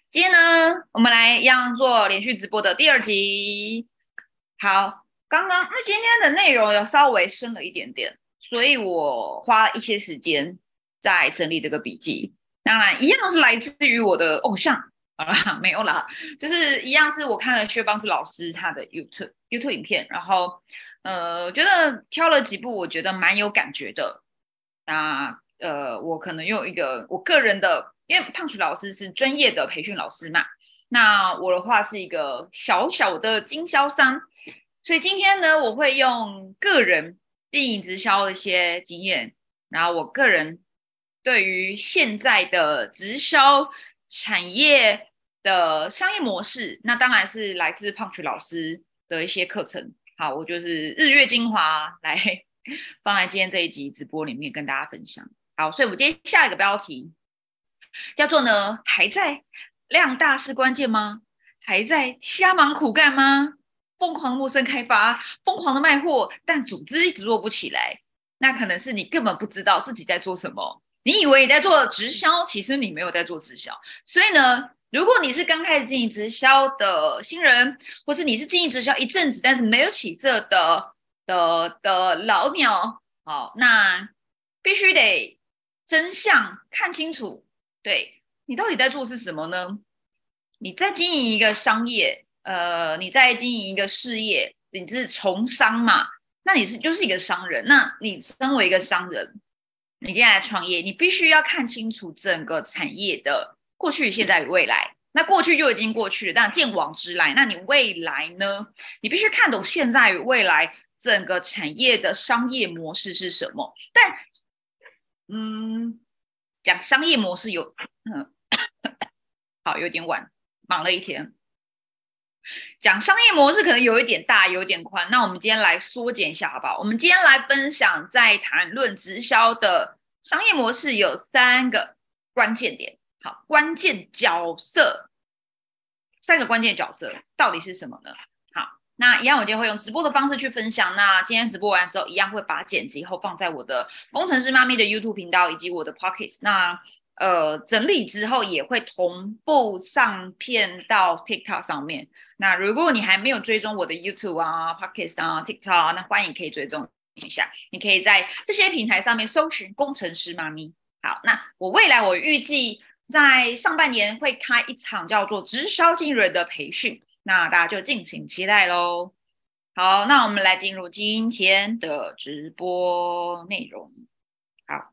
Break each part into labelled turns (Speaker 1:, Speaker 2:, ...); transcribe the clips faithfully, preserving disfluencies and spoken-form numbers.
Speaker 1: 今天呢，我们来一样做连续直播的第二集。好，刚刚那今天的内容有稍微深了一点点，所以我花了一些时间在整理这个笔记。当然，一样是来自于我的偶像，好啦，没有啦，就是一样是我看了薛邦志老师他的 YouTube YouTube 影片，然后呃，觉得挑了几部我觉得蛮有感觉的。那呃，我可能用一个我个人的，因为胖鼠老师是专业的培训老师嘛，那我的话是一个小小的经销商，所以今天呢，我会用个人经营直销的一些经验，然后我个人对于现在的直销产业的商业模式，那当然是来自胖曲老师的一些课程。好，我就是日月精华来放在今天这一集直播里面跟大家分享。好，所以我们今天下一个标题叫做呢，还在量大是关键吗？还在瞎忙苦干吗？疯狂陌生开发，疯狂的卖货，但组织一直做不起来，那可能是你根本不知道自己在做什么。你以为你在做直销，其实你没有在做直销。所以呢，如果你是刚开始经营直销的新人，或是你是经营直销一阵子，但是没有起色的的的老鸟，好，那必须得真相看清楚。对，你到底在做是什么呢？你在经营一个商业，呃，你在经营一个事业，你是从商嘛？那你是就是一个商人。那你身为一个商人，你今天来创业，你必须要看清楚整个产业的过去、现在与未来。那过去就已经过去了，但见往之来，那你未来呢？你必须看懂现在与未来整个产业的商业模式是什么。但，嗯，讲商业模式有，嗯，好，有点晚，忙了一天。讲商业模式可能有一点大，有一点宽。那我们今天来缩减一下，好不好？我们今天来分享，在谈论直销的商业模式有三个关键点。好，关键角色，三个关键角色到底是什么呢？好，那一样，我今天会用直播的方式去分享。那今天直播完之后，一样会把剪辑后放在我的工程师妈咪的 YouTube 频道以及我的 Pocket。那呃，整理之后也会同步上片到 TikTok 上面。那如果你还没有追踪我的 YouTube 啊、Podcast 啊、TikTok 啊，那欢迎可以追踪一下。你可以在这些平台上面搜寻工程师妈咪。好，那我未来我预计在上半年会开一场叫做直销经人的培训，那大家就敬请期待咯。好，那我们来进入今天的直播内容。好。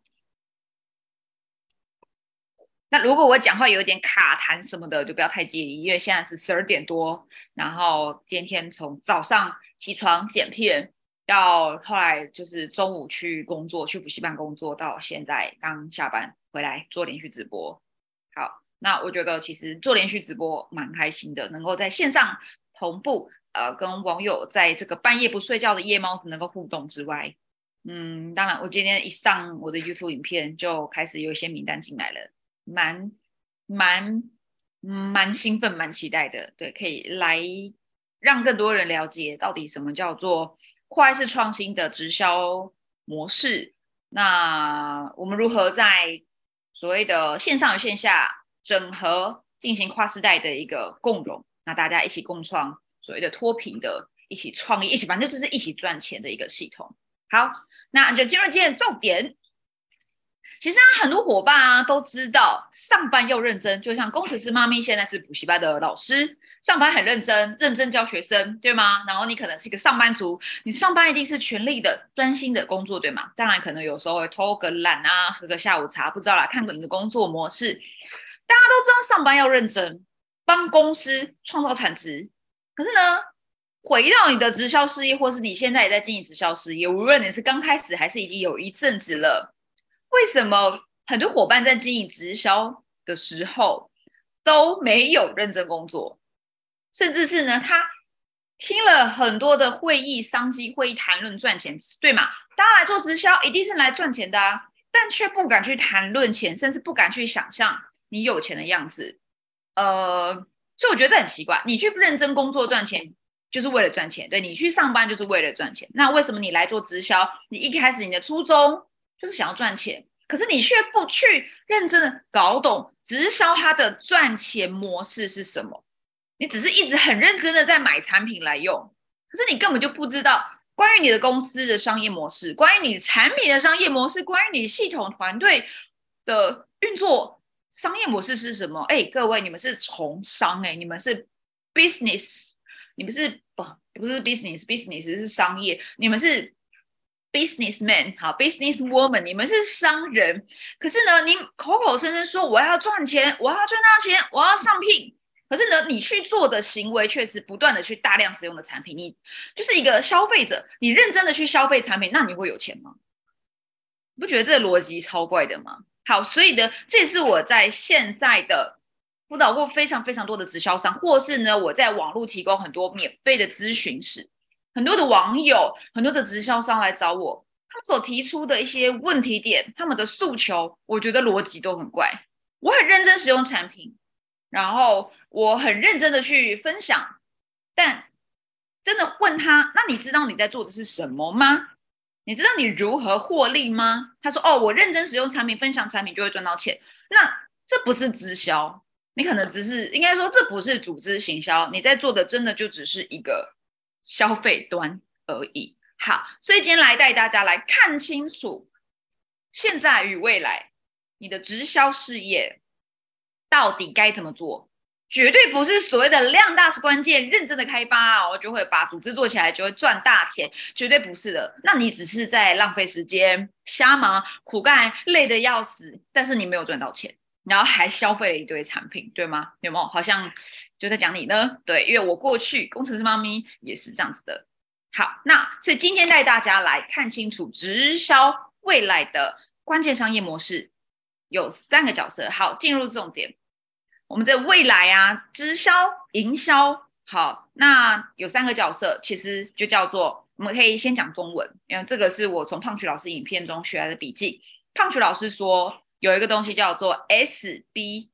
Speaker 1: 那如果我讲话有点卡痰什么的，就不要太介意，因为现在是十二点多，然后今天从早上起床剪片，到后来就是中午去工作，去补习班工作，到现在刚下班回来做连续直播。好，那我觉得其实做连续直播蛮开心的，能够在线上同步，呃，跟网友在这个半夜不睡觉的夜猫子能够互动之外，嗯，当然我今天一上我的 YouTube 影片就开始有一些名单进来了。蛮蛮蛮兴奋、蛮期待的，对，可以来让更多人了解到底什么叫做快式创新的直销模式。那我们如何在所谓的线上与线下整合，进行跨世代的一个共融？那大家一起共创所谓的脱贫的，一起创业，一起反正就是一起赚钱的一个系统。好，那就进入今天的重点。其实啊，很多伙伴啊都知道上班要认真，就像工程师妈咪现在是补习班的老师，上班很认真，认真教学生，对吗？然后你可能是一个上班族，你上班一定是全力的、专心的工作，对吗？当然，可能有时候会偷个懒啊，喝个下午茶，不知道啦，看你的工作模式。大家都知道上班要认真，帮公司创造产值。可是呢，回到你的直销事业，或是你现在也在经营直销事业，无论你是刚开始还是已经有一阵子了。为什么很多伙伴在经营直销的时候都没有认真工作，甚至是呢，他听了很多的会议、商机会议谈论赚钱，对吗？大家来做直销一定是来赚钱的啊，但却不敢去谈论钱，甚至不敢去想象你有钱的样子。呃，所以我觉得这很奇怪，你去认真工作赚钱就是为了赚钱，对，你去上班就是为了赚钱，那为什么你来做直销？你一开始你的初衷就是想要赚钱， 可是你却不去认真的搞懂直销它的赚钱模式是什么，你只是一直很认真的在买产品来用，可是你根本就不知道关于你的公司的商业模式，关于你产品的商业模式，关于你系统团队的运作商业模式是什么。哎，各位，你们是从商，哎，你们是 business， 你们是不不是 business business 是商业，你们是 businessman 好 businesswoman， 你们是商人，可是呢你口口声声说我要赚钱，我要赚大钱，我要上聘，可是呢你去做的行为却是不断的去大量使用的产品，你就是一个消费者，你认真的去消费产品，那你会有钱吗？你不觉得这个逻辑超怪的吗？好，所以呢这也是我在现在的辅导过非常非常多的直销商，或是呢我在网络提供很多免费的咨询时，很多的网友，很多的直销商来找我，他所提出的一些问题点，他们的诉求，我觉得逻辑都很怪。我很认真使用产品，然后我很认真的去分享，但真的问他，那你知道你在做的是什么吗？你知道你如何获利吗？他说，哦，我认真使用产品，分享产品就会赚到钱。那这不是直销，你可能只是应该说这不是组织行销，你在做的真的就只是一个消费端而已。好，所以今天来带大家来看清楚现在与未来你的直销事业到底该怎么做，绝对不是所谓的量大是关键，认真的开发哦，就会把组织做起来就会赚大钱，绝对不是的。那你只是在浪费时间，瞎忙苦干，累得要死，但是你没有赚到钱，然后还消费了一堆产品，对吗？有没有？好像就在讲你呢？对，因为我过去工程师妈咪也是这样子的。好，那所以今天带大家来看清楚直销未来的关键商业模式，有三个角色。好，进入重点。我们这未来啊，直销、营销，好，那有三个角色，其实就叫做，我们可以先讲中文，因为这个是我从胖曲老师影片中学来的笔记。胖曲老师说有一个东西叫做 S B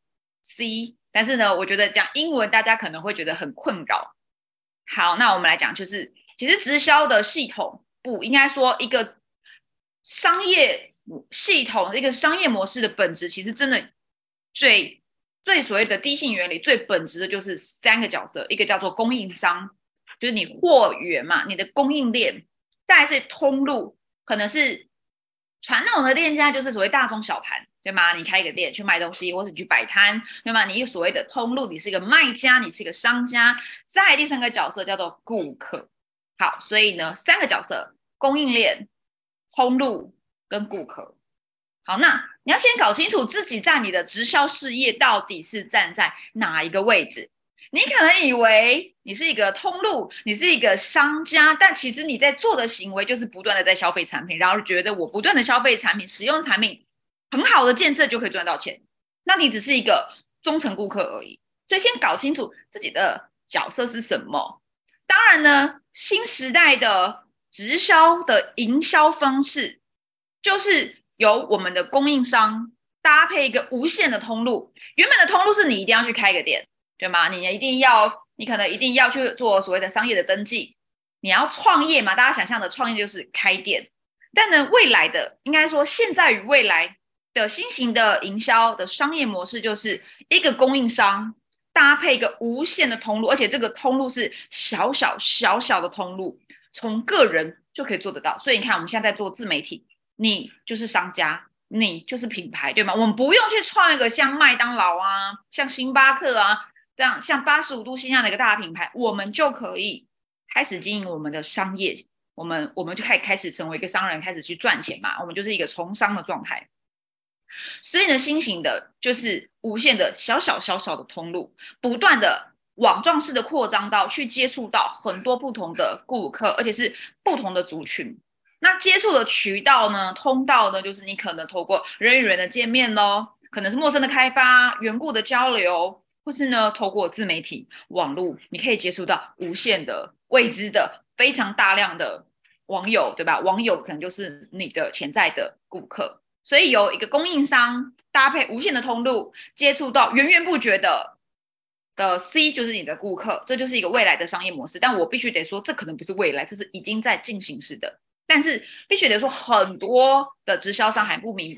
Speaker 1: C， 但是呢，我觉得讲英文大家可能会觉得很困扰。好，那我们来讲，就是其实直销的系统，不应该说一个商业系统，一个商业模式的本质，其实真的最最所谓的低性原理，最本质的就是三个角色，一个叫做供应商，就是你货源嘛，你的供应链，再来是通路，可能是传统的店家，就是所谓大中小盘，对吗？你开一个店去卖东西，或是你去摆摊，对吗？你有所谓的通路，你是一个卖家，你是一个商家。再来第三个角色叫做顾客。好，所以呢，三个角色：供应链、通路跟顾客。好，那你要先搞清楚自己在你的直销事业到底是站在哪一个位置。你可能以为你是一个通路，你是一个商家，但其实你在做的行为就是不断的在消费产品，然后觉得我不断的消费产品，使用产品很好的建设就可以赚到钱，那你只是一个忠诚顾客而已。所以先搞清楚自己的角色是什么。当然呢，新时代的直销的营销方式就是由我们的供应商搭配一个无限的通路。原本的通路是你一定要去开一个店，对吗？你一定要，你可能一定要去做所谓的商业的登记，你要创业嘛？大家想象的创业就是开店，但呢，未来的应该说现在与未来的新型的营销的商业模式，就是一个供应商搭配一个无限的通路，而且这个通路是小小小小的通路，从个人就可以做得到。所以你看，我们现在在做自媒体，你就是商家，你就是品牌，对吗？我们不用去创一个像麦当劳啊，像星巴克啊这样像八十五度 C 这样的一个大品牌，我们就可以开始经营我们的商业，我们我们就开开始成为一个商人，开始去赚钱嘛，我们就是一个从商的状态。所以呢，新型的就是无限的小小小小的通路，不断的网状式的扩张到去接触到很多不同的顾客，而且是不同的族群。那接触的渠道呢，通道呢，就是你可能透过人与人的见面咯，可能是陌生的开发、缘故的交流，或是呢透过自媒体、网络，你可以接触到无限的未知的非常大量的网友，对吧？网友可能就是你的潜在的顾客。所以有一个供应商搭配无限的通路，接触到源源不绝的的 C 就是你的顾客，这就是一个未来的商业模式。但我必须得说，这可能不是未来，这是已经在进行式的。但是必须得说，很多的直销商还不明白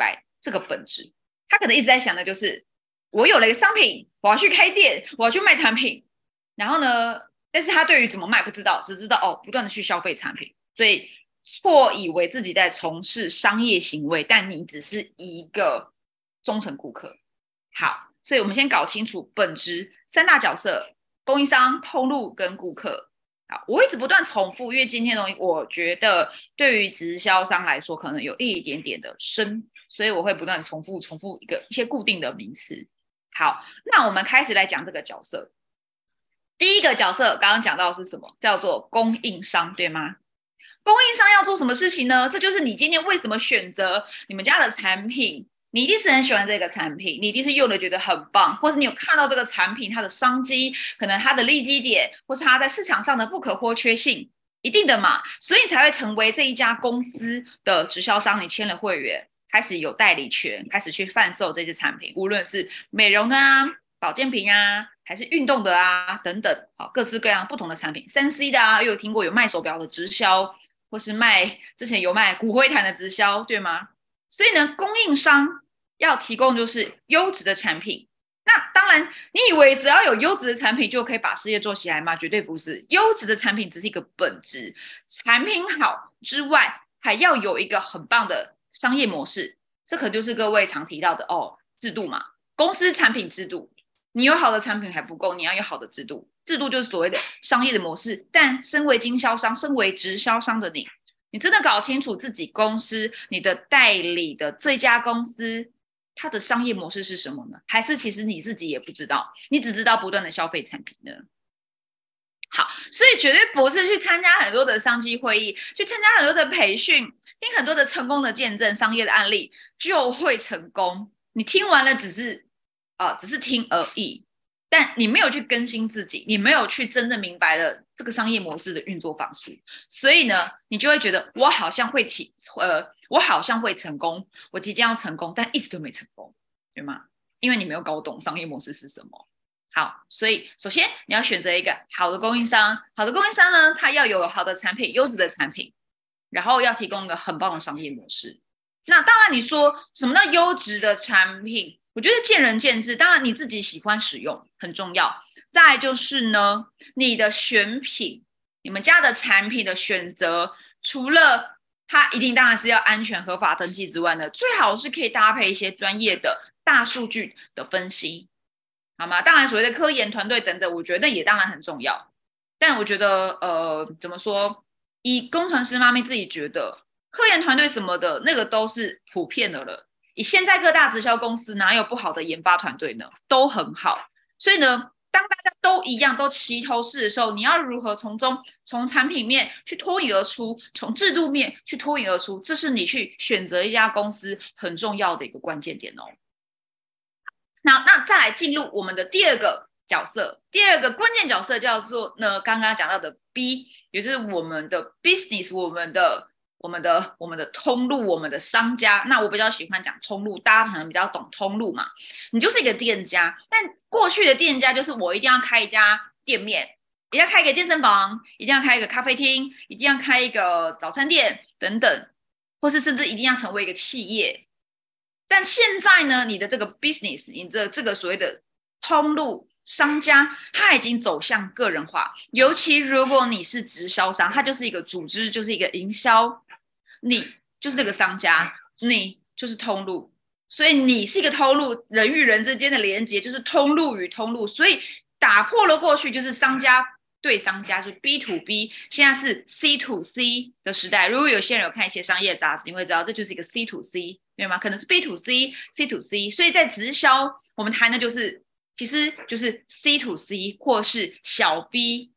Speaker 1: 这个本质。他可能一直在想的就是我有了一个商品，我要去开店，我要去卖产品，然后呢但是他对于怎么卖不知道，只知道哦不断的去消费产品，所以错以为自己在从事商业行为，但你只是一个忠诚顾客。好，所以我们先搞清楚本质三大角色：供应商、通路跟顾客。好，我一直不断重复，因为今天的东西我觉得对于直销商来说可能有一点点的深，所以我会不断重复重复一个一些固定的名词。好，那我们开始来讲这个角色。第一个角色刚刚讲到的是什么？叫做供应商，对吗？供应商要做什么事情呢？这就是你今天为什么选择你们家的产品，你一定是很喜欢这个产品，你一定是用的觉得很棒，或是你有看到这个产品它的商机，可能它的利基点，或是它在市场上的不可或缺性，一定的嘛，所以你才会成为这一家公司的直销商，你签了会员，开始有代理权，开始去贩售这些产品，无论是美容的啊、保健品啊，还是运动的啊等等，好，各式各样不同的产品。三 C 的啊，又有听过有卖手表的直销，或是卖之前有卖骨灰坛的直销，对吗？所以呢，供应商要提供就是优质的产品。那当然，你以为只要有优质的产品就可以把事业做起来吗？绝对不是，优质的产品只是一个本质，产品好之外，还要有一个很棒的商业模式。这可就是各位常提到的哦，制度嘛，公司产品制度。你有好的产品还不够，你要有好的制度。制度就是所谓的商业的模式。但身为经销商，身为直销商的你，你真的搞清楚自己公司、你的代理的这家公司，它的商业模式是什么呢？还是其实你自己也不知道，你只知道不断的消费产品呢？好，所以绝对不是去参加很多的商机会议，去参加很多的培训，听很多的成功的见证、商业的案例就会成功。你听完了只是呃，只是听而已，但你没有去更新自己，你没有去真的明白了这个商业模式的运作方式，所以呢，你就会觉得我好像会起，呃，我好像会成功，我即将要成功，但一直都没成功，对吗？因为你没有搞懂商业模式是什么。好，所以首先你要选择一个好的供应商，好的供应商呢，它要有好的产品，优质的产品，然后要提供一个很棒的商业模式。那当然，你说什么叫优质的产品？我觉得见仁见智，当然你自己喜欢使用很重要。再来就是呢，你的选品，你们家的产品的选择，除了它一定当然是要安全合法登记之外呢，最好是可以搭配一些专业的大数据的分析，好吗？当然所谓的科研团队等等，我觉得也当然很重要。但我觉得呃，怎么说，以工程师妈咪自己觉得，科研团队什么的那个都是普遍的了。以现在各大直销公司哪有不好的研发团队呢？都很好。所以呢，当大家都一样都齐头式的时候，你要如何从中从产品面去脱颖而出，从制度面去脱颖而出，这是你去选择一家公司很重要的一个关键点哦。那那再来进入我们的第二个角色，第二个关键角色叫做呢刚刚讲到的 B， 也就是我们的 business， 我们的我们的我们的通路，我们的商家。那我比较喜欢讲通路，大家可能比较懂通路嘛。你就是一个店家，但过去的店家就是我一定要开一家店面，一定要开一个健身房，一定要开一个咖啡厅，一定要开一个早餐店等等，或是甚至一定要成为一个企业。但现在呢，你的这个 business， 你的这个所谓的通路商家，他已经走向个人化。尤其如果你是直销商，它就是一个组织，就是一个营销，你就是那个商家，你就是通路。所以你是一个通路，人与人之间的连接就是通路与通路，所以打破了过去就是商家对商家，就是 B to B， 现在是 C to C 的时代。如果有些人有看一些商业杂志，你会知道这就是一个 C to C， 对吗？可能是 B to C、C to C， 所以在直销我们谈的就是其实就是 C to C 或是小 B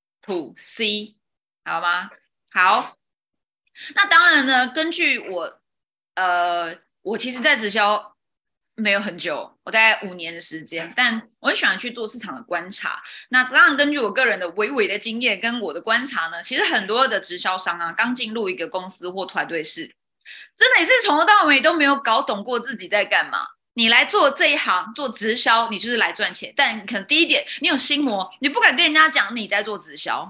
Speaker 1: to C， 好吗？好，那当然呢，根据我呃，我其实在直销没有很久，我大概五年的时间，但我很喜欢去做市场的观察。那当然，根据我个人的微微的经验跟我的观察呢，其实很多的直销商啊，刚进入一个公司或团队是，真的也是从头到尾都没有搞懂过自己在干嘛。你来做这一行做直销，你就是来赚钱，但可能第一点，你有心魔，你不敢跟人家讲你在做直销。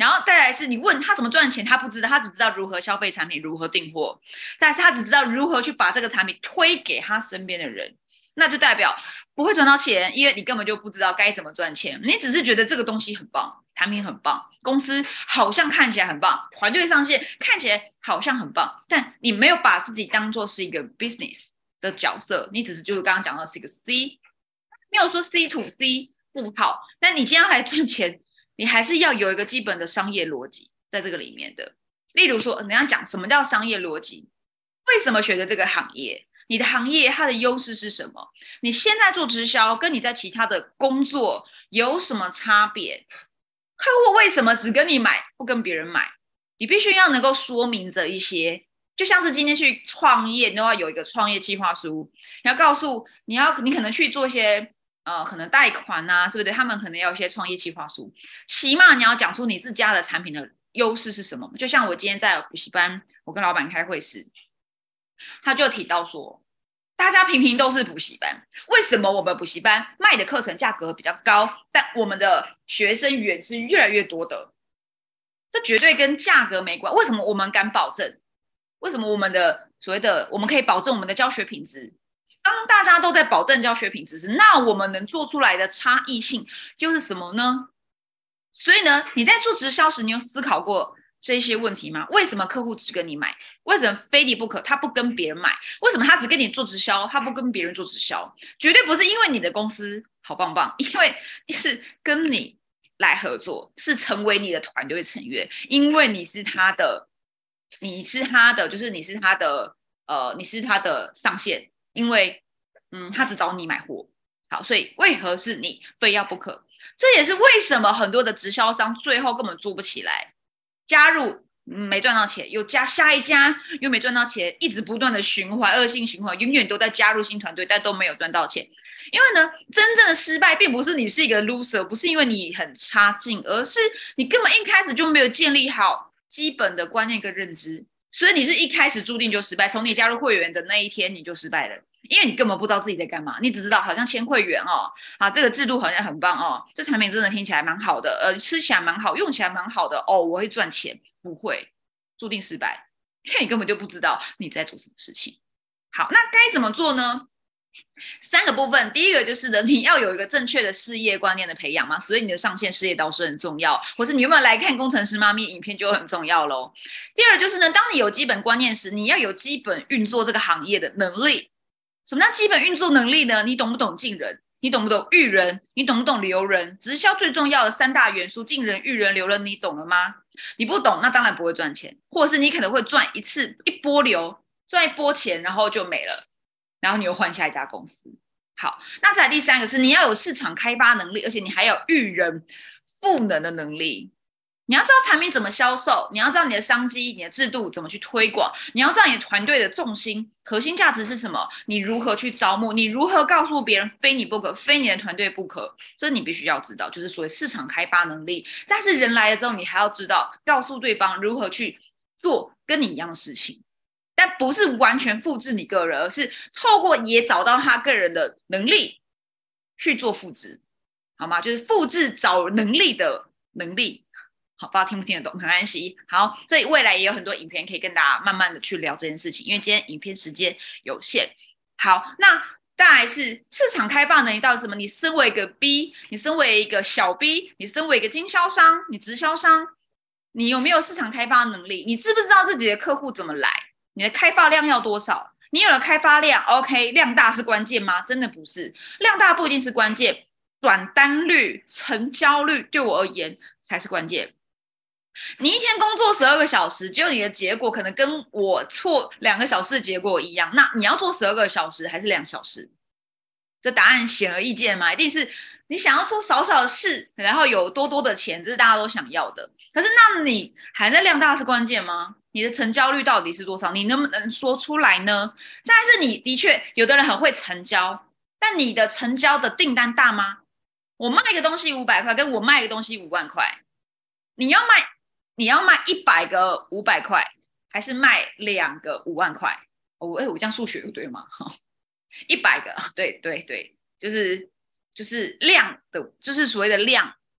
Speaker 1: 然后再来是你问他怎么赚钱，他不知道，他只知道如何消费产品，如何订货。再来是他只知道如何去把这个产品推给他身边的人，那就代表不会赚到钱，因为你根本就不知道该怎么赚钱。你只是觉得这个东西很棒，产品很棒，公司好像看起来很棒，团队上线看起来好像很棒，但你没有把自己当作是一个 business 的角色，你只是就是刚刚讲到是一个 C， 没有说 C to C 不好，但你今天要来赚钱，你还是要有一个基本的商业逻辑在这个里面的。例如说，人家讲什么叫商业逻辑？为什么选择这个行业？你的行业它的优势是什么？你现在做直销，跟你在其他的工作有什么差别？客户为什么只跟你买，不跟别人买？你必须要能够说明这一些。就像是今天去创业，你都要有一个创业计划书，你要告诉你要你可能去做一些呃可能贷款啊，对不对？他们可能要有一些创业计划书，起码你要讲出你自家的产品的优势是什么。就像我今天在补习班，我跟老板开会时，他就提到说，大家平平都是补习班，为什么我们补习班卖的课程价格比较高，但我们的学生源是越来越多的？这绝对跟价格没关。为什么我们敢保证？为什么我们的所谓的我们可以保证我们的教学品质？当大家都在保证教学品质时，那我们能做出来的差异性又是什么呢？所以呢，你在做直销时，你有思考过这些问题吗？为什么客户只跟你买？为什么非你不可？他不跟别人买？为什么他只跟你做直销，他不跟别人做直销？绝对不是因为你的公司好棒棒，因为是跟你来合作，是成为你的团队成员，因为你是他的，你是他的，就是你是他的，呃，你是他的上线，因为嗯，他只找你买货。好，所以为何是你非要不可？这也是为什么很多的直销商最后根本做不起来，加入没赚到钱，又加下一家又没赚到钱，一直不断的循环，恶性循环，永远都在加入新团队，但都没有赚到钱。因为呢，真正的失败并不是你是一个 loser， 不是因为你很差劲，而是你根本一开始就没有建立好基本的观念跟认知，所以你是一开始注定就失败。从你加入会员的那一天你就失败了。因为你根本不知道自己在干嘛，你只知道好像签会员哦，啊，这个制度好像很棒哦，这产品真的听起来蛮好的，呃，吃起来蛮好，用起来蛮好的哦，我会赚钱，不会，注定失败，因为你根本就不知道你在做什么事情。好，那该怎么做呢？三个部分，第一个就是呢，你要有一个正确的事业观念的培养嘛，所以你的上线事业导师很重要，或是你有没有来看工程师妈咪影片就很重要咯。第二就是呢，当你有基本观念时，你要有基本运作这个行业的能力。什么叫基本运作能力呢？你懂不懂进人？你懂不懂育人？你懂不懂留人？直销最重要的三大元素：进人、育人、留人，你懂了吗？你不懂，那当然不会赚钱，或者是你可能会赚一次一波流，赚一波钱，然后就没了，然后你又换下一家公司。好，那再来第三个是你要有市场开发能力，而且你还有育人赋能的能力。你要知道产品怎么销售，你要知道你的商机、你的制度怎么去推广，你要知道你的团队的重心、核心价值是什么，你如何去招募，你如何告诉别人非你不可，非你的团队不可，这你必须要知道，就是所谓市场开发能力。但是人来了之后，你还要知道告诉对方如何去做跟你一样的事情，但不是完全复制你个人，而是透过也找到他个人的能力去做复制，好吗？就是复制找能力的能力。好，不知道听不听得懂，没关系。好，这未来也有很多影片可以跟大家慢慢的去聊这件事情，因为今天影片时间有限。好，那再来是市场开发能力到底什么？你身为一个 B， 你身为一个小 B， 你身为一个经销商，你直销商，你有没有市场开发能力？你知不知道自己的客户怎么来？你的开发量要多少？你有了开发量 ，OK， 量大是关键吗？真的不是，量大不一定是关键，转单率、成交率对我而言才是关键。你一天工作十二个小时，结果你的结果可能跟我错两个小时的结果一样，那你要做十二个小时还是两小时？这答案显而易见嘛，一定是你想要做少少的事，然后有多多的钱，这是大家都想要的。可是那你还在量大是关键吗？你的成交率到底是多少？你能不能说出来呢？再来是你的确有的人很会成交，但你的成交的订单大吗？我卖一个东西五百块，跟我卖一个东西五万块，你要卖你要卖一百个五百块，还是卖两个五万块？我、哦、哎，我这样数学对吗？一百个，对对对，就是就是量的，就是所谓的量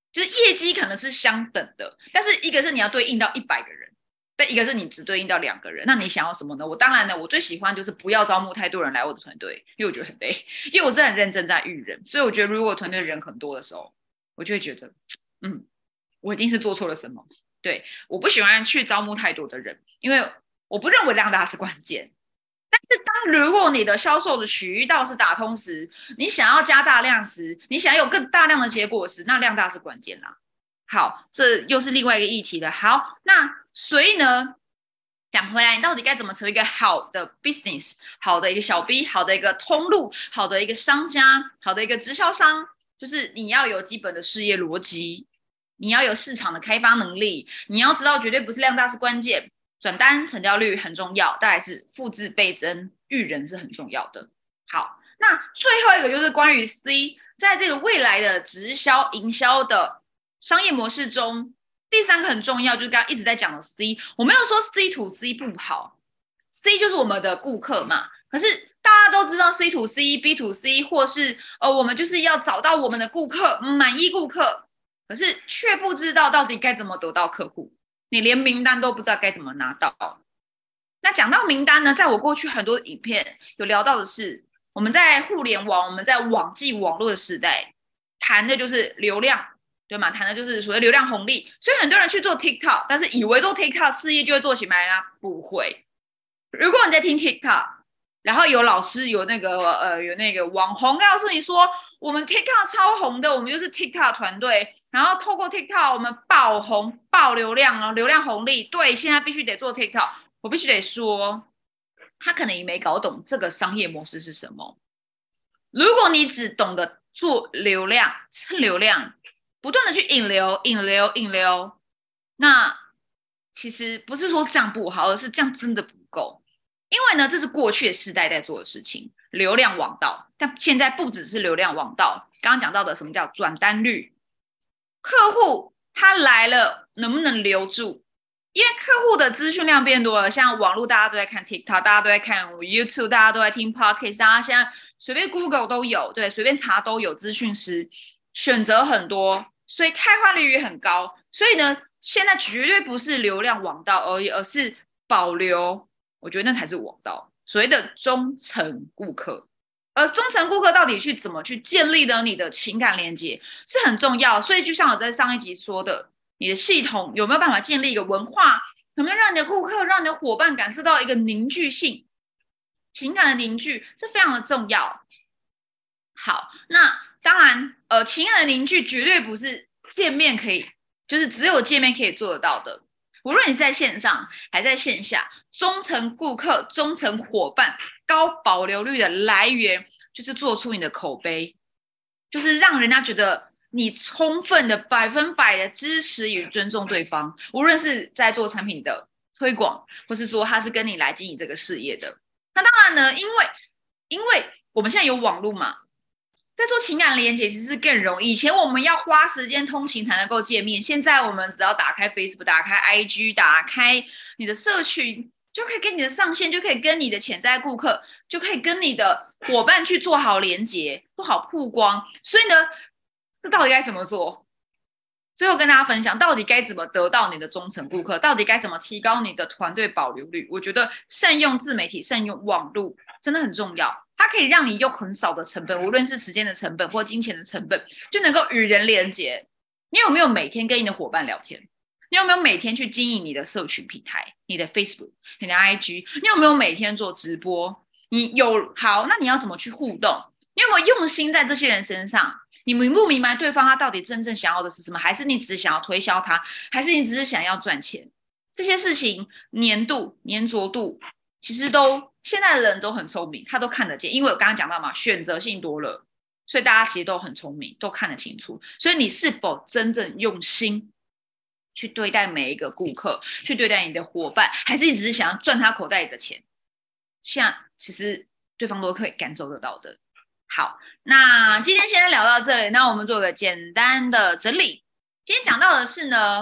Speaker 1: 就是业绩可能是相等的，但是一个是你要对应到一百个人，但一个是你只对应到两个人，那你想要什么呢？我当然呢，我最喜欢就是不要招募太多人来我的团队，因为我觉得很累，因为我是很认真在育人，所以我觉得如果团队人很多的时候，我就会觉得，嗯，我一定是做错了什么。对，我不喜欢去招募太多的人，因为我不认为量大是关键。但是当如果你的销售的渠道是打通时，你想要加大量时，你想要有更大量的结果时，那量大是关键啦。好，这又是另外一个议题了。好，那所以呢，讲回来，你到底该怎么成为一个好的 business， 好的一个小 B， 好的一个通路，好的一个商家，好的一个直销商，就是你要有基本的事业逻辑，你要有市场的开发能力，你要知道绝对不是量大是关键。转单成交率很重要，再来是复制倍增育人是很重要的。好，那最后一个就是关于 C， 在这个未来的直销营销的商业模式中，第三个很重要，就是刚刚一直在讲的 C。我没有说 C to C 不好 ，C 就是我们的顾客嘛。可是大家都知道 C to C、B to C， 或是呃，我们就是要找到我们的顾客，满意顾客，可是却不知道到底该怎么得到客户。你连名单都不知道该怎么拿到。那讲到名单呢，在我过去很多的影片有聊到的是，我们在互联网，我们在网际网络的时代，谈的就是流量，对吗？谈的就是所谓流量红利。所以很多人去做 TikTok， 但是以为做 TikTok 事业就会做起来啦，不会。如果你在听 TikTok， 然后有老师有那个呃有那个网红告诉你说，我们 TikTok 超红的，我们就是 TikTok 团队。然后透过 TikTok 我们爆红爆流量哦，流量红利，对，现在必须得做 TikTok。我必须得说，他可能也没搞懂这个商业模式是什么。如果你只懂得做流量、蹭流量，不断的去引流、引流、引流，那其实不是说这样不好，而是这样真的不够。因为呢，这是过去的世代在做的事情，流量王道。但现在不只是流量王道，刚刚讲到的什么叫转单率。客户他来了能不能留住？因为客户的资讯量变多了，像网络大家都在看 TikTok， 大家都在看 YouTube， 大家都在听 Podcast， 大家现在随便 Google 都有，对，随便查都有资讯师，选择很多，所以开换率也很高。所以呢，现在绝对不是流量王道而已，而是保留，我觉得那才是王道，所谓的忠诚顾客。而忠诚顾客到底去怎么去建立呢？你的情感连接是很重要，所以就像我在上一集说的，你的系统有没有办法建立一个文化，有没有让你的顾客、让你的伙伴感受到一个凝聚性、情感的凝聚，这非常的重要。好，那当然，呃，情感的凝聚绝对不是见面可以，就是只有见面可以做得到的。无论你是在线上还在线下，忠诚顾客、忠诚伙伴、高保留率的来源，就是做出你的口碑，就是让人家觉得你充分的百分百的支持与尊重对方。无论是在做产品的推广，或是说他是跟你来经营这个事业的。那当然呢，因为因为我们现在有网络嘛。在做情感连结其实是更容易，以前我们要花时间通勤才能够见面，现在我们只要打开 Facebook， 打开 I G， 打开你的社群，就可以跟你的上线，就可以跟你的潜在顾客，就可以跟你的伙伴去做好连结，做好曝光。所以呢，这到底该怎么做？最后跟大家分享，到底该怎么得到你的忠诚顾客，到底该怎么提高你的团队保留率。我觉得善用自媒体，善用网络真的很重要，它可以让你用很少的成本，无论是时间的成本或金钱的成本，就能够与人连结。你有没有每天跟你的伙伴聊天？你有没有每天去经营你的社群平台，你的 Facebook， 你的 I G？ 你有没有每天做直播？你有，好，那你要怎么去互动？你有没有用心在这些人身上？你明不明白对方他到底真正想要的是什么？还是你只想要推销他？还是你只是想要赚钱？这些事情粘度、粘着度，其实都现在的人都很聪明，他都看得见。因为我刚刚讲到嘛，选择性多了，所以大家其实都很聪明，都看得清楚。所以你是否真正用心去对待每一个顾客，去对待你的伙伴，还是你只是想要赚他口袋里的钱？像其实对方都可以感受得到的。好，那今天先聊到这里，那我们做个简单的整理。今天讲到的是呢，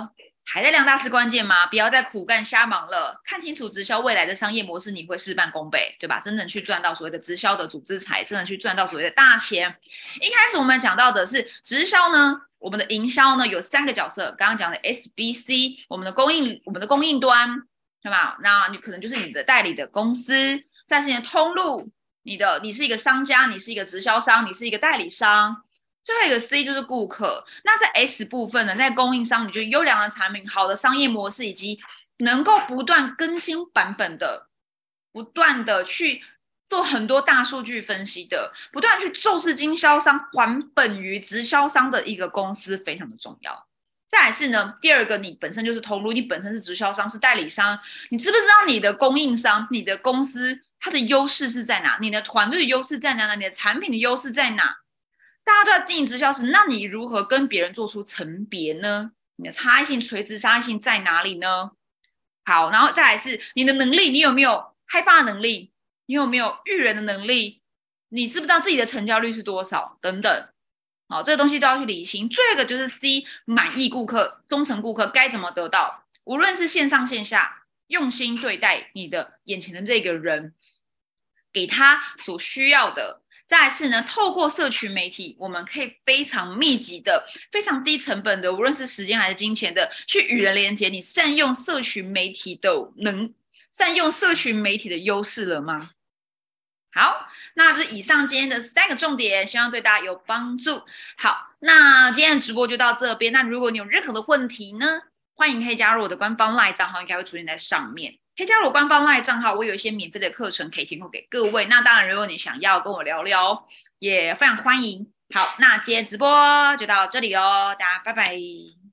Speaker 1: 还在量大是关键吗？不要再苦干瞎忙了，看清楚直销未来的商业模式，你会事半功倍，对吧？真正去赚到所谓的直销的组织财，真的去赚到所谓的大钱。一开始我们讲到的是直销呢，我们的营销呢有三个角色，刚刚讲的 S B C， 我们的供应，我们的供应端，对吧？那你可能就是你的代理的公司，再是你的通路，你的你是一个商家，你是一个直销商，你是一个代理商。最后一个 C 就是顾客。那在 S 部分呢，在供应商，你就优良的产品、好的商业模式，以及能够不断更新版本的，不断的去做很多大数据分析的，不断去重视经销商还本于直销商的一个公司，非常的重要。再来是呢，第二个，你本身就是通路，你本身是直销商，是代理商，你知不知道你的供应商、你的公司它的优势是在哪？你的团队的优势在哪？你的产品的优势在哪？大家都要经营直销时，那你如何跟别人做出层别呢？你的差异性、垂直差异性在哪里呢？好，然后再来是你的能力，你有没有开发的能力？你有没有育人的能力？你知不知道自己的成交率是多少？等等，好，这个东西都要去理清。最后一个就是 C， 满意顾客、忠诚顾客该怎么得到？无论是线上线下，用心对待你的眼前的这个人，给他所需要的。再来是呢，透过社群媒体，我们可以非常密集的、非常低成本的，无论是时间还是金钱的，去与人连接。你善用社群媒体的能，善用社群媒体的优势了吗？好，那这是以上今天的三个重点，希望对大家有帮助。好，那今天的直播就到这边。那如果你有任何的问题呢，欢迎可以加入我的官方 LINE 账号，应该会出现在上面。可以加入我官方 LINE 账号，我有一些免费的课程可以提供给各位。那当然，如果你想要跟我聊聊，也非常欢迎。好，那今天直播就到这里哦，大家拜拜。